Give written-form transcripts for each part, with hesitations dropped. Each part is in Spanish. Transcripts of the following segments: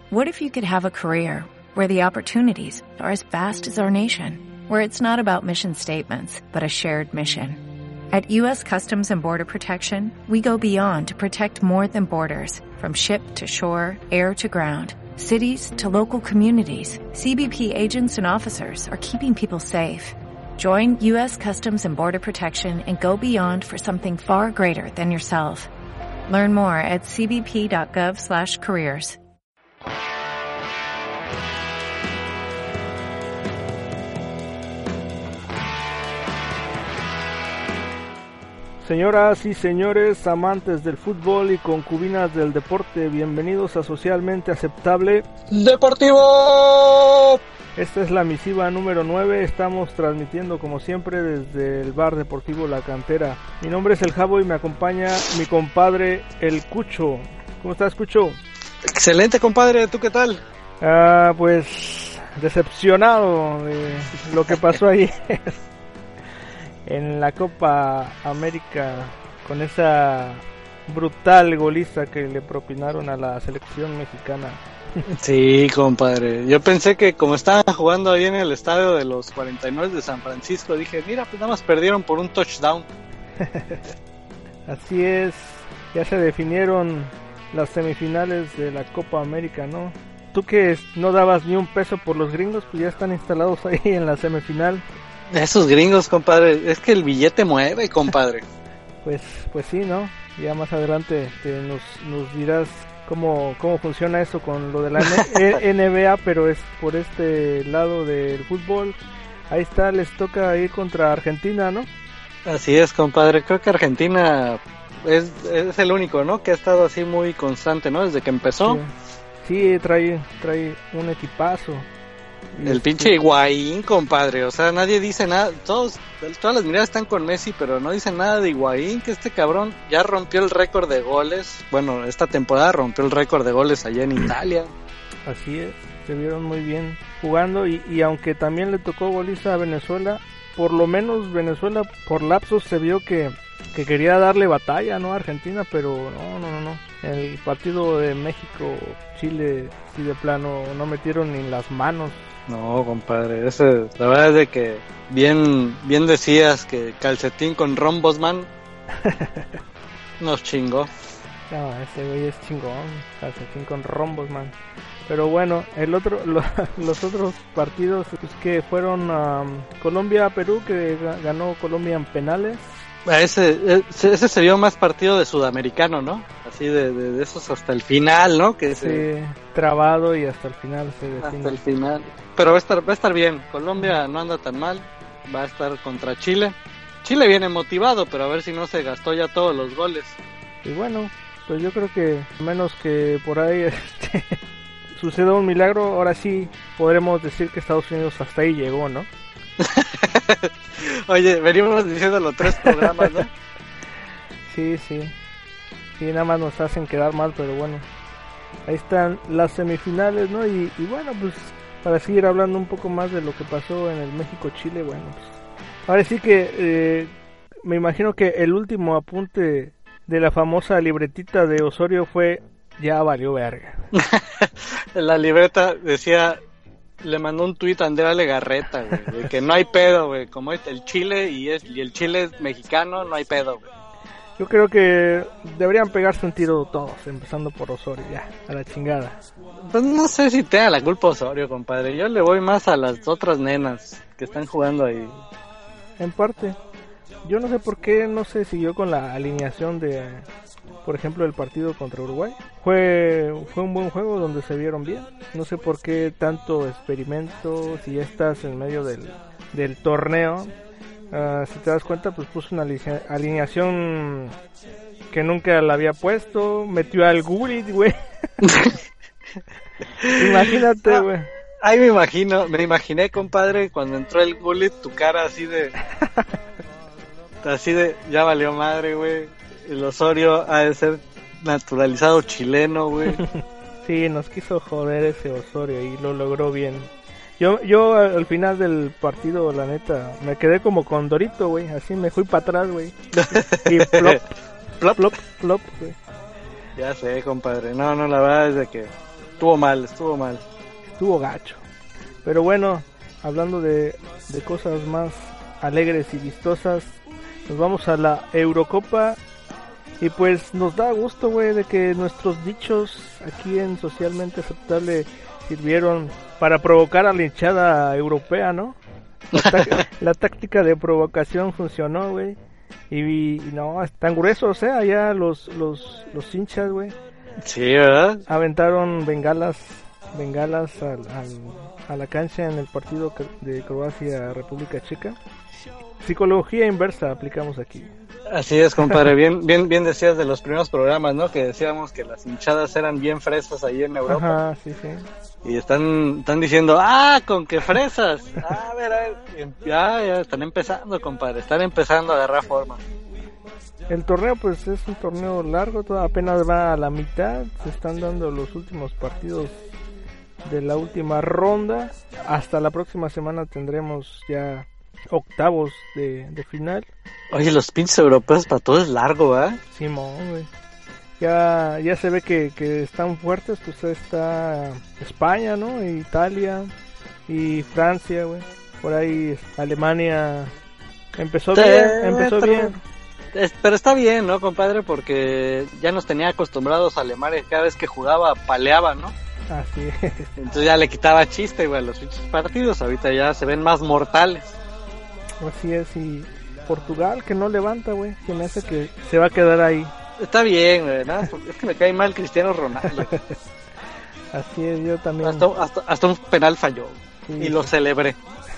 What if you could have a career where the opportunities are as vast as our nation, where it's not about mission statements, but a shared mission? At U.S. Customs and Border Protection, we go beyond to protect more than borders, from ship to shore, air to ground, cities to local communities. CBP agents and officers are keeping people safe. Join U.S. Customs and Border Protection and go beyond for something far greater than yourself. Learn more at cbp.gov/careers. Señoras y señores, amantes del fútbol y concubinas del deporte, bienvenidos a Socialmente Aceptable Deportivo. Esta es la misiva número 9, estamos transmitiendo como siempre desde el bar deportivo La Cantera. Mi nombre es El Jabo y me acompaña mi compadre El Cucho. ¿Cómo estás, Cucho? Excelente, compadre, ¿tú qué tal? Pues decepcionado de lo que pasó ayer en la Copa América con esa brutal goliza que le propinaron a la selección mexicana. Sí, compadre, yo pensé que como estaban jugando ahí en el estadio de los 49 de San Francisco, dije, mira, pues nada más perdieron por un touchdown. Así es, ya se definieron las semifinales de la Copa América, ¿no? Tú que no dabas ni un peso por los gringos, pues ya están instalados ahí en la semifinal. Esos gringos, compadre, es que el billete mueve, compadre. Pues sí, ¿no? Ya más adelante nos dirás cómo funciona eso con lo de la NBA, pero es por este lado del fútbol. Ahí está, les toca ir contra Argentina, ¿no? Así es, compadre, creo que Argentina es el único, ¿no? Que ha estado así muy constante, ¿no? Desde que empezó. Sí, trae un equipazo. El pinche Higuaín, compadre, o sea, nadie dice nada, todas las miradas están con Messi, pero no dicen nada de Higuaín, que este cabrón ya rompió el récord de goles, bueno, esta temporada rompió el récord de goles allá en Italia. Así es, se vieron muy bien jugando y aunque también le tocó goliza a Venezuela, por lo menos Venezuela por lapsos se vio que quería darle batalla, ¿no? A Argentina, pero no. El partido de México-Chile sí de plano no metieron ni las manos. No, compadre, la verdad es de que bien decías que calcetín con rombos, man, nos chingó. No, ese güey es chingón, calcetín con rombos, man. Pero bueno, los otros partidos pues, que fueron Colombia-Perú, que ganó Colombia en penales. Ese se vio más partido de sudamericano, ¿no? Así de esos hasta el final, ¿no? Que sí, trabado y hasta el final se define. Hasta el final. Pero va a estar bien. Colombia no anda tan mal. Va a estar contra Chile. Chile viene motivado, pero a ver si no se gastó ya todos los goles. Y bueno, pues yo creo que a menos que por ahí suceda un milagro, ahora sí podremos decir que Estados Unidos hasta ahí llegó, ¿no? Oye, venimos diciéndolo 3 programas, ¿no? Sí, nada más nos hacen quedar mal, pero bueno, ahí están las semifinales, ¿no? Y bueno, pues para seguir hablando un poco más de lo que pasó en el México-Chile, bueno, pues ahora sí que me imagino que el último apunte de la famosa libretita de Osorio fue, ya valió verga. La libreta decía... Le mandó un tuit a Andrea Legarreta, güey, de que no hay pedo, güey, como el Chile y el Chile es mexicano, no hay pedo, güey. Yo creo que deberían pegarse un tiro todos, empezando por Osorio, ya, a la chingada. Pues no sé si tenga la culpa Osorio, compadre, yo le voy más a las otras nenas que están jugando ahí. En parte, yo no sé por qué no se siguió con la alineación de, por ejemplo, el partido contra Uruguay. Fue un buen juego donde se vieron bien. No sé por qué tanto experimento si ya estás en medio del torneo. Si te das cuenta, pues puso una alineación que nunca la había puesto. Metió al Gullit, güey. Imagínate, güey. Ay, me imaginé, compadre, cuando entró el Gullit, tu cara así de ya valió madre, güey. El Osorio ha de ser naturalizado chileno, güey. Sí, nos quiso joder ese Osorio y lo logró bien. Yo al final del partido, la neta, me quedé como Condorito, güey. Así me fui para atrás, güey. Y plop, güey. Ya sé, compadre. No, la verdad es de que estuvo mal. Estuvo gacho. Pero bueno, hablando de cosas más alegres y vistosas, nos vamos a la Eurocopa. Y pues nos da gusto, güey, de que nuestros dichos aquí en Socialmente Aceptable sirvieron para provocar a la hinchada europea, ¿no? La táctica de provocación funcionó, güey. Y no, están gruesos, allá los hinchas, güey. Sí, ¿verdad? Aventaron bengalas a la cancha en el partido de Croacia-República Checa. Psicología inversa aplicamos aquí. Así es, compadre. Bien decías de los primeros programas, ¿no? Que decíamos que las hinchadas eran bien fresas ahí en Europa. Ajá, sí. Y están diciendo, con que fresas. A ver, ya están empezando, compadre. Están empezando a agarrar forma. El torneo, pues, es un torneo largo, apenas va a la mitad. Se están dando los últimos partidos de la última ronda. Hasta la próxima semana tendremos ya octavos de final. Oye, los pinches europeos para todo es largo, ¿eh? Simón, güey. Ya se ve que están fuertes, pues está España, ¿no? Italia y Francia, güey. Por ahí Alemania empezó bien. Pero está bien, ¿no, compadre? Porque ya nos tenía acostumbrados a Alemania, cada vez que jugaba paleaba, ¿no? Así es. Entonces ya le quitaba chiste, güey, a los pinches partidos. Ahorita ya se ven más mortales. Así es, y Portugal que no levanta, güey, se me hace que se va a quedar ahí. Está bien, güey, ¿no? Es que me cae mal Cristiano Ronaldo. Así es, yo también. Hasta un penal falló, sí, y lo celebré.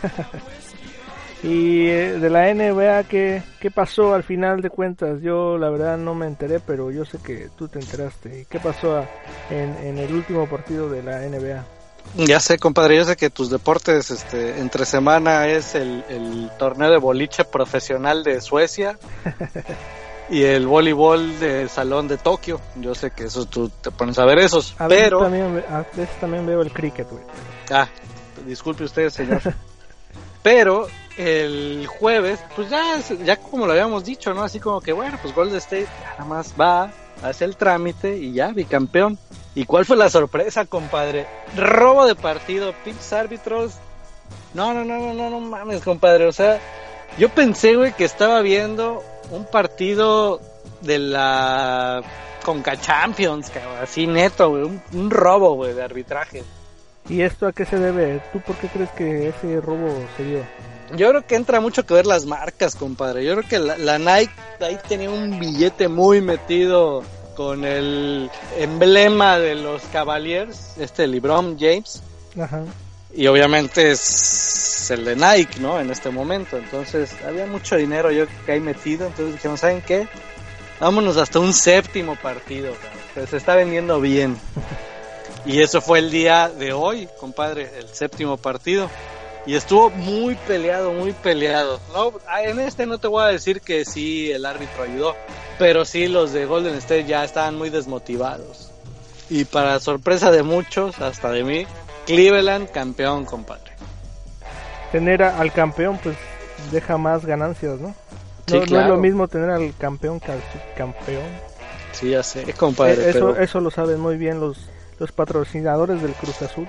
Y de la NBA, ¿qué pasó al final de cuentas? Yo la verdad no me enteré, pero yo sé que tú te enteraste. ¿Qué pasó en el último partido de la NBA? Ya sé, compadre, yo sé que tus deportes entre semana es el torneo de boliche profesional de Suecia y el voleibol de salón de Tokio. Yo sé que eso tú te pones a ver esos, a pero... veces también veo el cricket, güey. Disculpe usted, señor. Pero el jueves, pues ya como lo habíamos dicho, ¿no? Así como que, bueno, pues Golden State nada más va, hace el trámite y ya, bicampeón. ¿Y cuál fue la sorpresa, compadre? Robo de partido, pinches árbitros. No mames, compadre. O sea, yo pensé, güey, que estaba viendo un partido de la Conca Champions, cabrón, así neto, güey, un robo, güey, de arbitraje. ¿Y esto a qué se debe? ¿Tú por qué crees que ese robo se dio? Yo creo que entra mucho que ver las marcas, compadre. Yo creo que la Nike ahí tenía un billete muy metido con el emblema de los Cavaliers, LeBron James. Ajá. Y obviamente es el de Nike, ¿no? En este momento. Entonces había mucho dinero yo que ahí metido. Entonces dijimos, ¿saben qué? Vámonos hasta un séptimo partido, que se está vendiendo bien. Y eso fue el día de hoy, compadre, el séptimo partido. Y estuvo muy peleado. No, en no te voy a decir que sí el árbitro ayudó, pero sí los de Golden State ya estaban muy desmotivados. Y para sorpresa de muchos, hasta de mí, Cleveland campeón, compadre. Tener al campeón pues deja más ganancias, ¿no? Sí, no, claro. No es lo mismo tener al campeón que al subcampeón. Sí, ya sé, compadre. Eso lo saben muy bien los patrocinadores del Cruz Azul.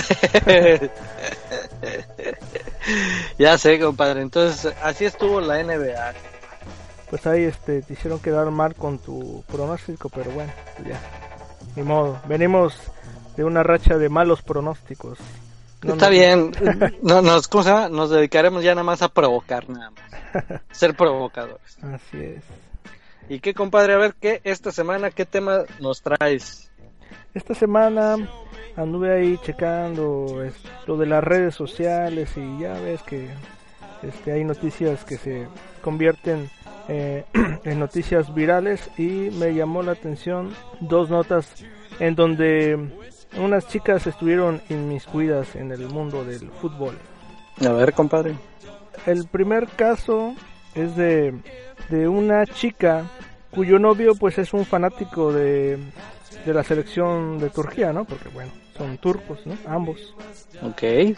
Ya sé, compadre. Entonces, así estuvo la NBA. Pues ahí te hicieron quedar mal con tu pronóstico, pero bueno, pues ya, ni modo. Venimos de una racha de malos pronósticos. Está bien. ¿Cómo se llama? Nos dedicaremos ya nada más a provocar, nada más. Ser provocadores. Así es. ¿Y qué, compadre? A ver, esta semana, ¿qué tema nos traes? Esta semana anduve ahí checando lo de las redes sociales y ya ves que hay noticias que se convierten en noticias virales, y me llamó la atención dos notas en donde unas chicas estuvieron inmiscuidas en el mundo del fútbol. A ver, compadre. El primer caso es de una chica cuyo novio pues es un fanático de la selección de Turquía, ¿no? Porque bueno, son turcos, ¿no? Ambos. Okay.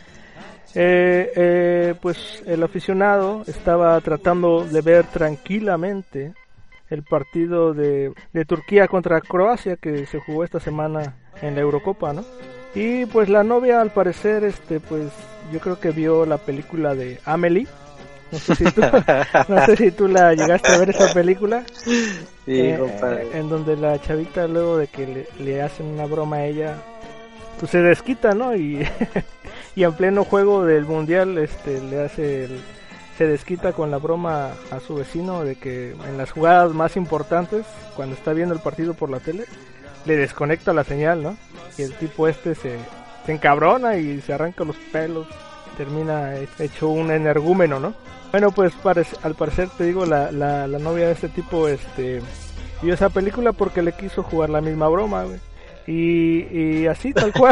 Pues el aficionado estaba tratando de ver tranquilamente el partido de Turquía contra Croacia que se jugó esta semana en la Eurocopa, ¿no? Y pues la novia al parecer, pues yo creo que vio la película de Amélie. No sé si tú la llegaste a ver esa película. Sí, compadre. En donde la chavita, luego de que le hacen una broma a ella, pues se desquita, ¿no? Y en pleno juego del mundial, se desquita con la broma a su vecino de que en las jugadas más importantes, cuando está viendo el partido por la tele, le desconecta la señal, ¿no? Y el tipo se encabrona y se arranca los pelos, termina hecho un energúmeno, ¿no? Bueno, pues al parecer, te digo, la novia de este tipo vio esa película porque le quiso jugar la misma broma, güey. Y así, tal cual.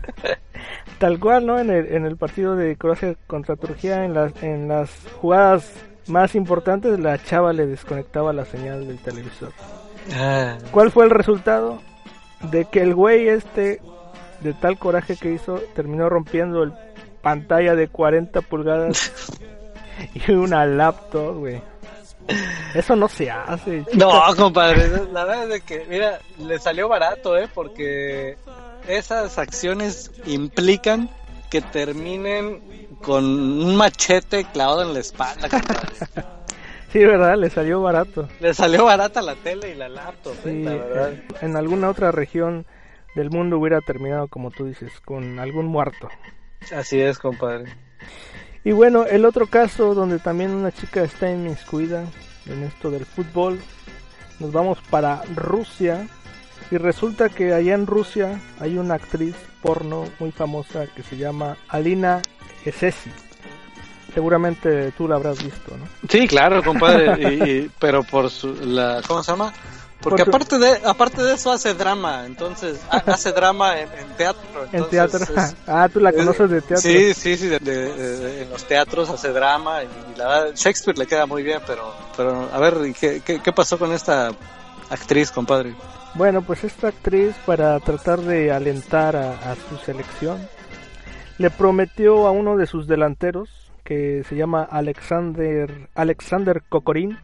Tal cual, ¿no? En el partido de Croacia contra Turquía, en las jugadas más importantes, la chava le desconectaba la señal del televisor. ¿Cuál fue el resultado? De que el güey de tal coraje que hizo, terminó rompiendo pantalla de 40 pulgadas y una laptop, güey. Eso no se hace, chica. No, compadre, la verdad es que, mira, le salió barato, porque esas acciones implican que terminen con un machete clavado en la espalda, compadre. Sí, verdad, le salió barato. Le salió barata la tele y la laptop, sí, la verdad. En alguna otra región del mundo hubiera terminado, como tú dices, con algún muerto. Así es, compadre. Y bueno, el otro caso donde también una chica está inmiscuida en esto del fútbol, nos vamos para Rusia, y resulta que allá en Rusia hay una actriz porno muy famosa que se llama Alina Esesi. Seguramente tú la habrás visto, ¿no? Sí, claro, compadre, pero por ¿cómo se llama? Porque aparte de eso hace drama, entonces hace drama en teatro. En teatro. Tú la conoces de teatro. Sí, en los teatros hace drama y la verdad Shakespeare le queda muy bien, pero a ver, ¿qué pasó con esta actriz, compadre? Bueno, pues esta actriz, para tratar de alentar a su selección, le prometió a uno de sus delanteros, que se llama Alexander Kokorin.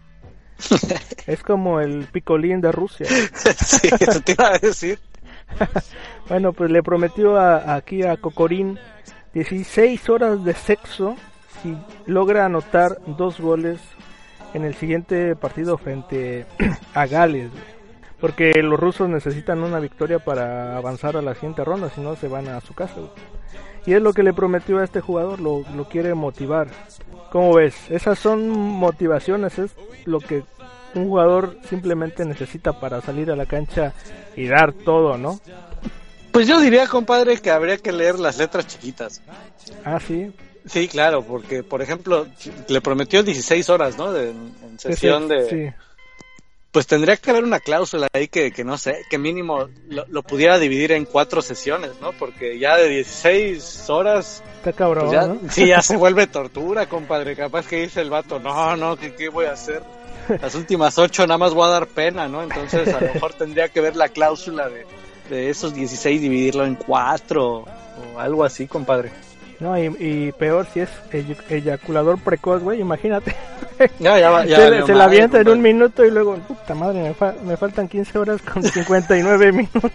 Es como el picolín de Rusia. Sí, eso te iba a decir. Bueno, pues le prometió aquí a Kokorin 16 horas de sexo si logra anotar 2 goles en el siguiente partido frente a Gales, porque los rusos necesitan una victoria para avanzar a la siguiente ronda, si no se van a su casa. Y es lo que le prometió a este jugador, lo quiere motivar. ¿Cómo ves? Esas son motivaciones, es lo que un jugador simplemente necesita para salir a la cancha y dar todo, ¿no? Pues yo diría, compadre, que habría que leer las letras chiquitas. Ah, sí. Sí, claro, porque, por ejemplo, le prometió 16 horas, ¿no? En sesión de... Sí. Pues tendría que haber una cláusula ahí que no sé, que mínimo lo pudiera dividir en 4 sesiones, ¿no? Porque ya de 16 horas... Está cabrón, pues ya, ¿no? Sí, ya se vuelve tortura, compadre. Capaz que dice el vato, no, ¿qué voy a hacer? Las últimas 8 nada más voy a dar pena, ¿no? Entonces a lo mejor tendría que ver la cláusula de esos 16, dividirlo en 4 o algo así, compadre. No, y peor si es eyaculador precoz, güey, imagínate. Ya se la avienta en un minuto y luego, puta madre, me faltan 15 horas con 59 minutos.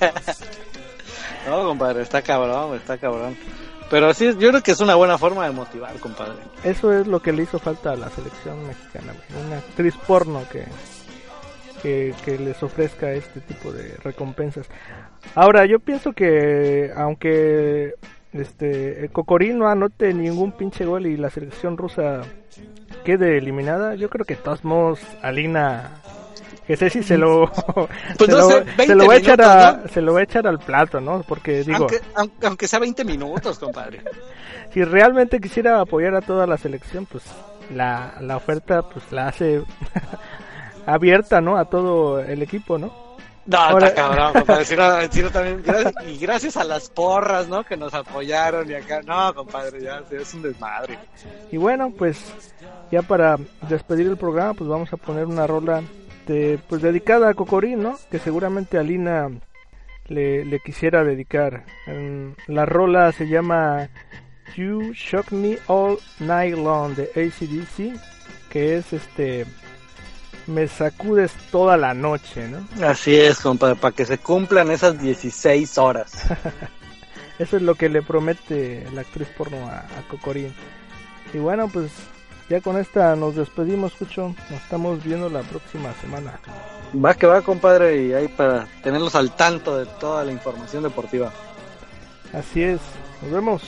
No, compadre, está cabrón. Pero sí, yo creo que es una buena forma de motivar, compadre. Eso es lo que le hizo falta a la selección mexicana, güey. Una actriz porno que les ofrezca este tipo de recompensas. Ahora, yo pienso que aunque el Kokorin no anote ningún pinche gol y la selección rusa quede eliminada, yo creo que de todos modos Alina, que sé si se lo va a echar al plato, ¿no? Porque digo, aunque sea 20 minutos, compadre. Si realmente quisiera apoyar a toda la selección, pues la oferta pues la hace abierta, ¿no? A todo el equipo, ¿no? No, está cabrón, compadre. Si no también, gracias a las porras, ¿no? Que nos apoyaron y acá. No, compadre, ya es un desmadre. Y bueno, pues ya para despedir el programa, pues vamos a poner una rola pues dedicada a Kokorin, ¿no? Que seguramente Alina le quisiera dedicar. La rola se llama You Shock Me All Night Long de AC/DC, que es me sacudes toda la noche, ¿no? Así es, compadre, para que se cumplan esas 16 horas. Eso es lo que le promete la actriz porno a Cocorín. Y bueno, pues ya con esta nos despedimos, Cucho. Nos estamos viendo la próxima semana. Va que va, compadre, y ahí para tenerlos al tanto de toda la información deportiva. Así es, nos vemos.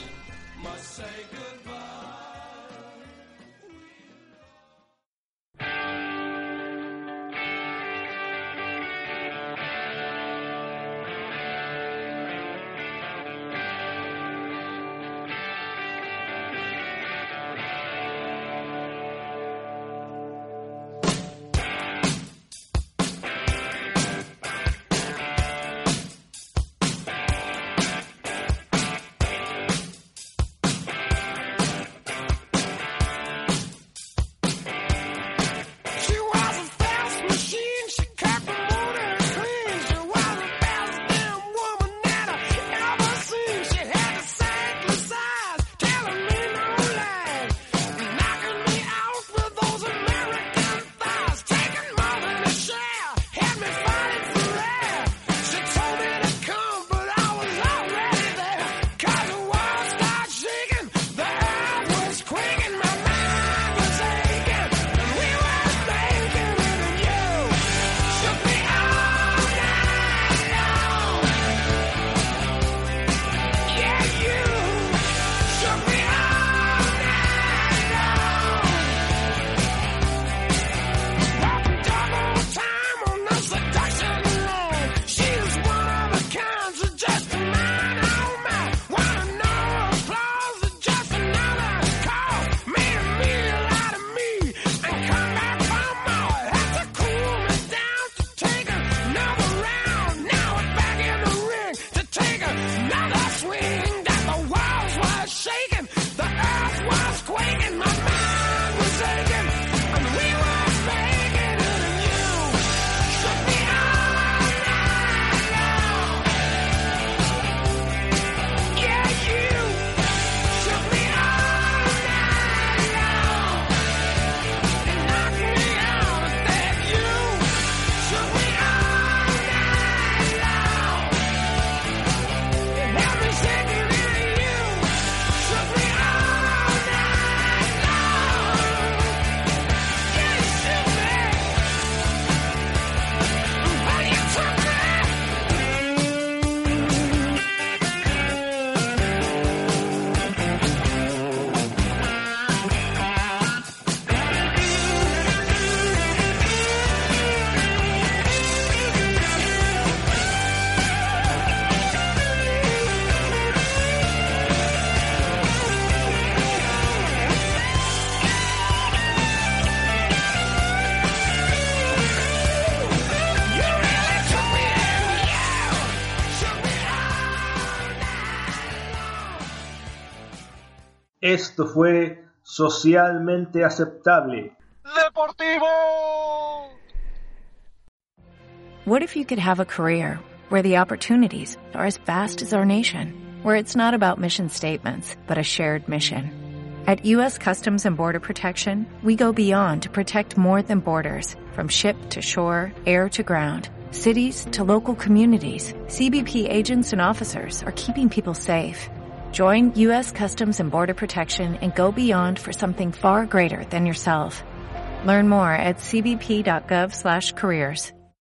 Esto fue Socialmente Aceptable. ¡Deportivo! What if you could have a career where the opportunities are as vast as our nation, where it's not about mission statements, but a shared mission? At U.S. Customs and Border Protection, we go beyond to protect more than borders, from ship to shore, air to ground, cities to local communities. CBP agents and officers are keeping people safe. Join U.S. Customs and Border Protection and go beyond for something far greater than yourself. Learn more at cbp.gov/careers.